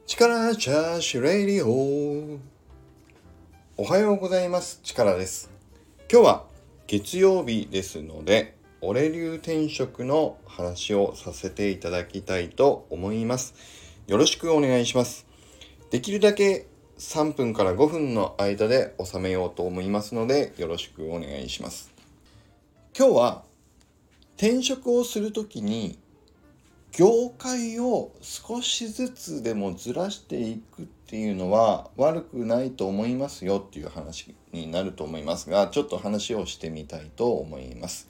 力チャーシュレイディオ。おはようございます。力です。今日は月曜日ですので、俺流転職の話をさせていただきたいと思います。よろしくお願いします。できるだけ3分から5分の間で収めようと思いますので、よろしくお願いします。今日は転職をするときに業界を少しずつでもずらしていくっていうのは悪くないと思いますよっていう話になると思いますが、ちょっと話をしてみたいと思います。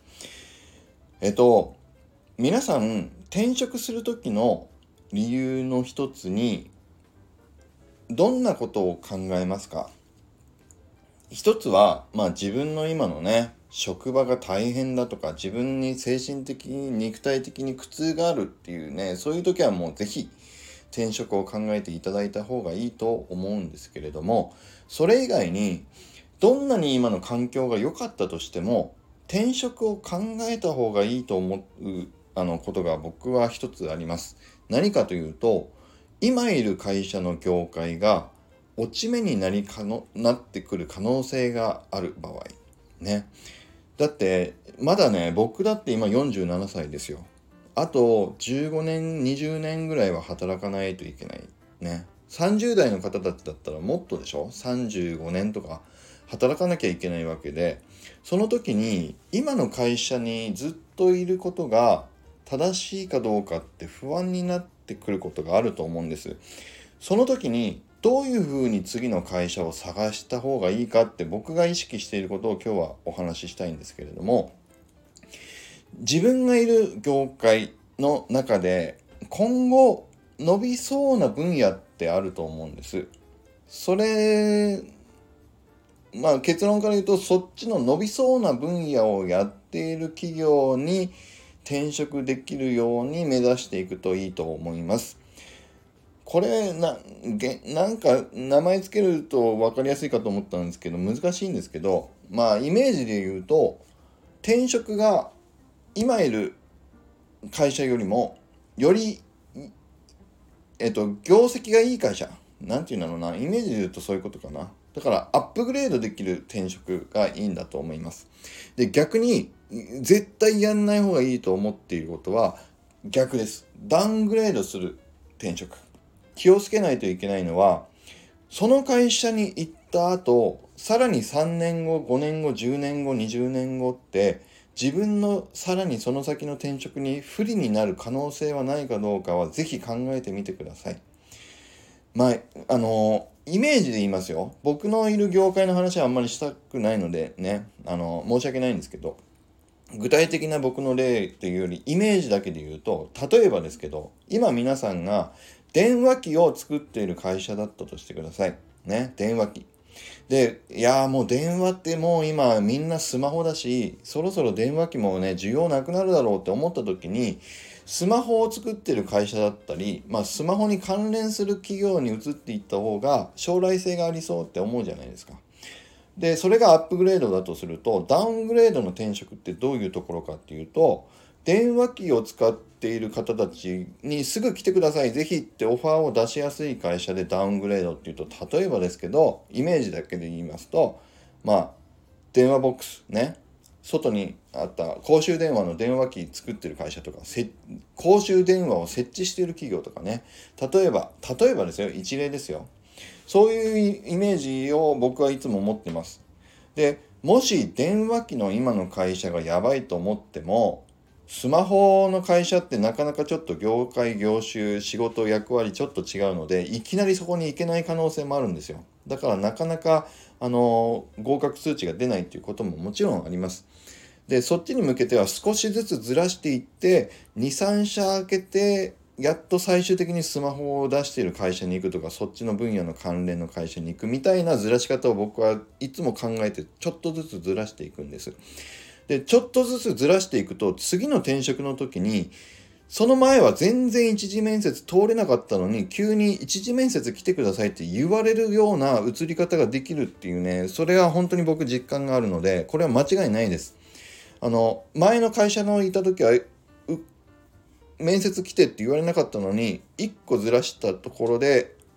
皆さん転職する時の理由の一つにどんなことを考えますか？一つは、自分の今のね、職場が大変だとか、自分に精神的に肉体的に苦痛があるっていうね、そういう時はもうぜひ転職を考えていただいた方がいいと思うんですけれども、それ以外にどんなに今の環境が良かったとしても、転職を考えた方がいいと思うことが僕は一つあります。何かというと、今いる会社の業界が落ち目になってくる可能性がある場合ね。だってまだね、僕だって今47歳ですよ。あと15年20年ぐらいは働かないといけないね。30代の方たちだったらもっとでしょ。35年とか働かなきゃいけないわけで、その時に今の会社にずっといることが正しいかどうかって不安になってくることがあると思うんです。その時にどういうふうに次の会社を探した方がいいかって僕が意識していることを今日はお話ししたいんですけれども、自分がいる業界の中で今後伸びそうな分野ってあると思うんです。それ、結論から言うと、そっちの伸びそうな分野をやっている企業に転職できるように目指していくといいと思います。これなんか名前つけると分かりやすいかと思ったんですけど、難しいんですけど、イメージで言うと、転職が今いる会社よりもより業績がいい会社、なんていうんだろうな、イメージで言うとそういうことかな。だからアップグレードできる転職がいいんだと思います。で、逆に絶対やんない方がいいと思っていることは逆です。ダウングレードする転職。気をつけないといけないのは、その会社に行った後、さらに3年後、5年後、10年後、20年後って、自分のさらにその先の転職に不利になる可能性はないかどうかはぜひ考えてみてください。イメージで言いますよ。僕のいる業界の話はあんまりしたくないのでね、申し訳ないんですけど、具体的な僕の例っていうよりイメージだけで言うと、例えばですけど、今皆さんが電話機を作っている会社だったとしてください。ね、電話機。で、もう電話ってもう今みんなスマホだし、そろそろ電話機もね、需要なくなるだろうって思った時に、スマホを作ってる会社だったり、スマホに関連する企業に移っていった方が将来性がありそうって思うじゃないですか。で、それがアップグレードだとすると、ダウングレードの転職ってどういうところかっていうと、電話機を使っている方たちにすぐ来てください、ぜひってオファーを出しやすい会社でダウングレードっていうと、例えばですけど、イメージだけで言いますと、電話ボックスね、外にあった公衆電話の電話機作ってる会社とか、公衆電話を設置している企業とかね、例えばですよ、一例ですよ。そういうイメージを僕はいつも持ってます。で、もし電話機の今の会社がやばいと思っても、スマホの会社ってなかなかちょっと業界、業種、仕事、役割ちょっと違うので、いきなりそこに行けない可能性もあるんですよ。だからなかなか、合格数値が出ないっていうことももちろんあります。で、そっちに向けては少しずつずらしていって、2、3社開けて、やっと最終的にスマホを出している会社に行くとか、そっちの分野の関連の会社に行くみたいなずらし方を僕はいつも考えて、ちょっとずつずらしていくんです。で、ちょっとずつずらしていくと、次の転職の時に、その前は全然一次面接通れなかったのに、急に一次面接来てくださいって言われるような移り方ができるっていうね、それは本当に僕実感があるので、これは間違いないです。前の会社のいた時は、面接来てって言われなかったのに、1個ずらしたところで、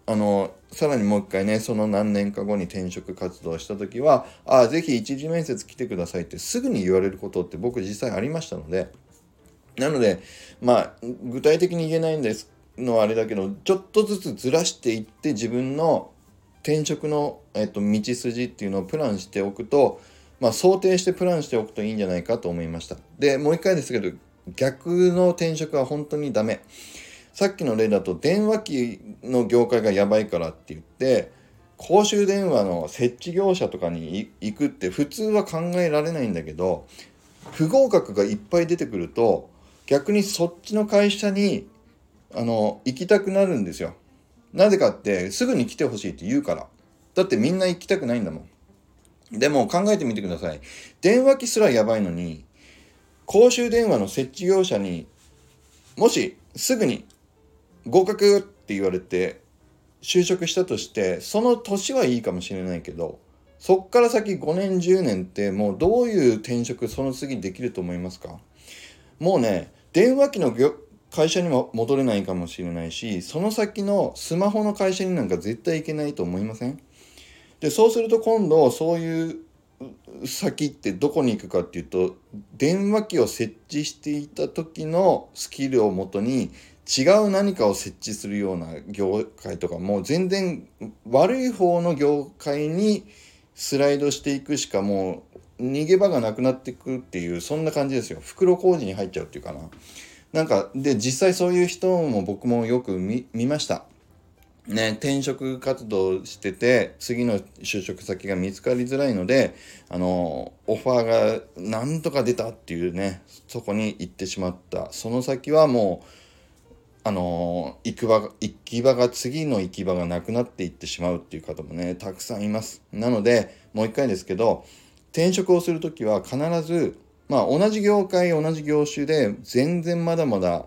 さらにもう一回ね、その何年か後に転職活動した時は、ぜひ一次面接来てくださいってすぐに言われることって僕実際ありましたので、なので、具体的に言えないんですのはあれだけど、ちょっとずつずらしていって自分の転職の、道筋っていうのをプランしておくと、想定してプランしておくといいんじゃないかと思いました。で、もう一回ですけど、逆の転職は本当にダメ。さっきの例だと電話機の業界がやばいからって言って公衆電話の設置業者とかに行くって普通は考えられないんだけど、不合格がいっぱい出てくると逆にそっちの会社に行きたくなるんですよ。なぜかってすぐに来てほしいって言うから。だってみんな行きたくないんだもん。でも考えてみてください。電話機すらやばいのに公衆電話の設置業者にもしすぐに合格って言われて就職したとして、その年はいいかもしれないけど、そっから先5年10年ってもうどういう転職その次できると思いますか？もうね、電話機の会社にも戻れないかもしれないし、その先のスマホの会社になんか絶対行けないと思いません？で、そうすると今度そういう先ってどこに行くかっていうと、電話機を設置していた時のスキルをもとに違う何かを設置するような業界とか、もう全然悪い方の業界にスライドしていくしかもう逃げ場がなくなっていくっていう、そんな感じですよ。袋小路に入っちゃうっていうかな。なんかで実際そういう人も僕もよく見ましたね。転職活動してて次の就職先が見つかりづらいので、オファーがなんとか出たっていうね、そこに行ってしまった。その先はもう行き場が次の行き場がなくなっていってしまうっていう方もねたくさんいます。なのでもう一回ですけど、転職をするときは必ず同じ業界同じ業種で全然まだまだ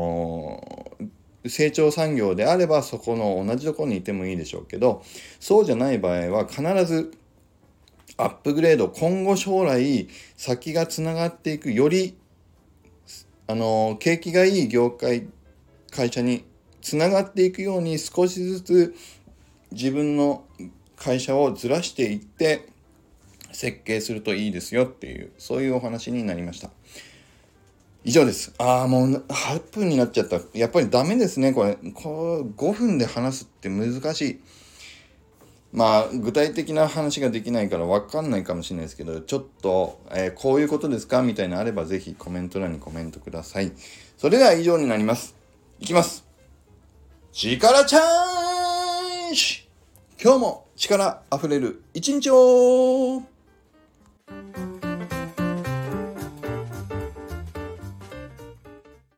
成長産業であればそこの同じところにいてもいいでしょうけど、そうじゃない場合は必ずアップグレード、今後将来先がつながっていくより景気がいい業界会社につながっていくように少しずつ自分の会社をずらしていって設計するといいですよっていう、そういうお話になりました。以上です。もう8分になっちゃった。やっぱりダメですねこれ5分で話すって難しい。具体的な話ができないから分かんないかもしれないですけど、ちょっと、こういうことですかみたいなのあればぜひコメント欄にコメントください。それでは以上になります。いきます。力チャージ。今日も力あふれる一日を。